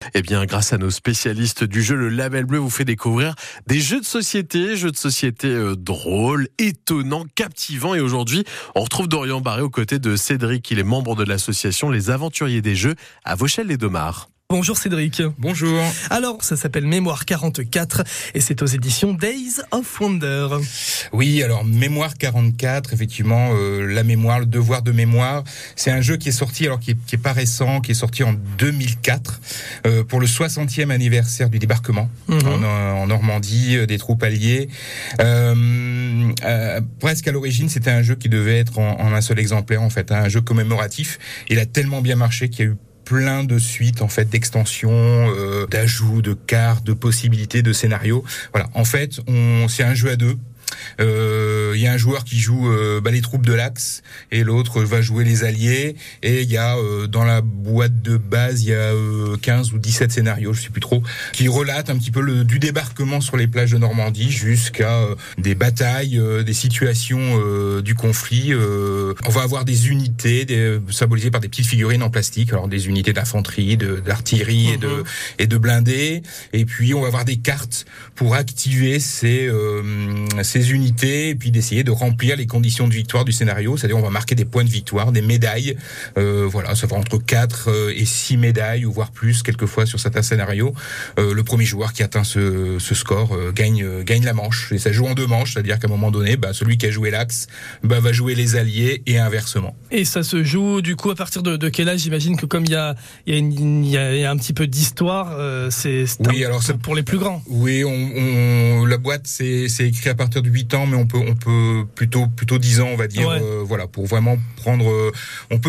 Eh bien, grâce à nos spécialistes du jeu, le Label Bleu vous fait découvrir des jeux de société drôles, étonnants, captivants. Et aujourd'hui, on retrouve Dorian Barré aux côtés de Cédric. Il est membre de l'association Les Aventuriers des Jeux à Vauchelles-les-Domars. Bonjour Cédric. Bonjour. Alors, ça s'appelle Mémoire 44 et c'est aux éditions Days of Wonder. Oui, alors Mémoire 44, effectivement, la mémoire, le devoir de mémoire. C'est un jeu qui est sorti, alors qui est pas récent, qui est sorti en 2004 pour le 60e anniversaire du débarquement en Normandie des troupes alliées. Presque à l'origine, c'était un jeu qui devait être en un seul exemplaire, en fait, un jeu commémoratif. Il a tellement bien marché qu'il y a eu plein de suites, en fait, d'extensions, d'ajouts, de cartes, de possibilités, de scénarios. Voilà. En fait, c'est un jeu à deux. Il y a un joueur qui joue les troupes de l'Axe et l'autre va jouer les alliés, et il y a dans la boîte de base il y a 15 ou 17 scénarios, je sais plus trop, qui relatent un petit peu du débarquement sur les plages de Normandie jusqu'à des batailles, des situations du conflit. On va avoir des unités symbolisées par des petites figurines en plastique, alors des unités d'infanterie, d'artillerie et de blindés, et puis on va avoir des cartes pour activer ces unités, et puis d'essayer de remplir les conditions de victoire du scénario, c'est-à-dire on va marquer des points de victoire, des médailles, voilà, ça va entre 4 et 6 médailles, ou voire plus quelquefois sur certains scénarios. Le premier joueur qui atteint ce score gagne la manche, et ça joue en 2 manches, c'est-à-dire qu'à un moment donné, celui qui a joué l'Axe va jouer les alliés, et inversement. Et ça se joue du coup à partir de quel âge? J'imagine que comme il y a un petit peu d'histoire, alors pour les plus grands. Oui, la boîte c'est écrit à partir de 8 ans, mais on peut plutôt 10 ans, on va dire, voilà, pour vraiment prendre, on peut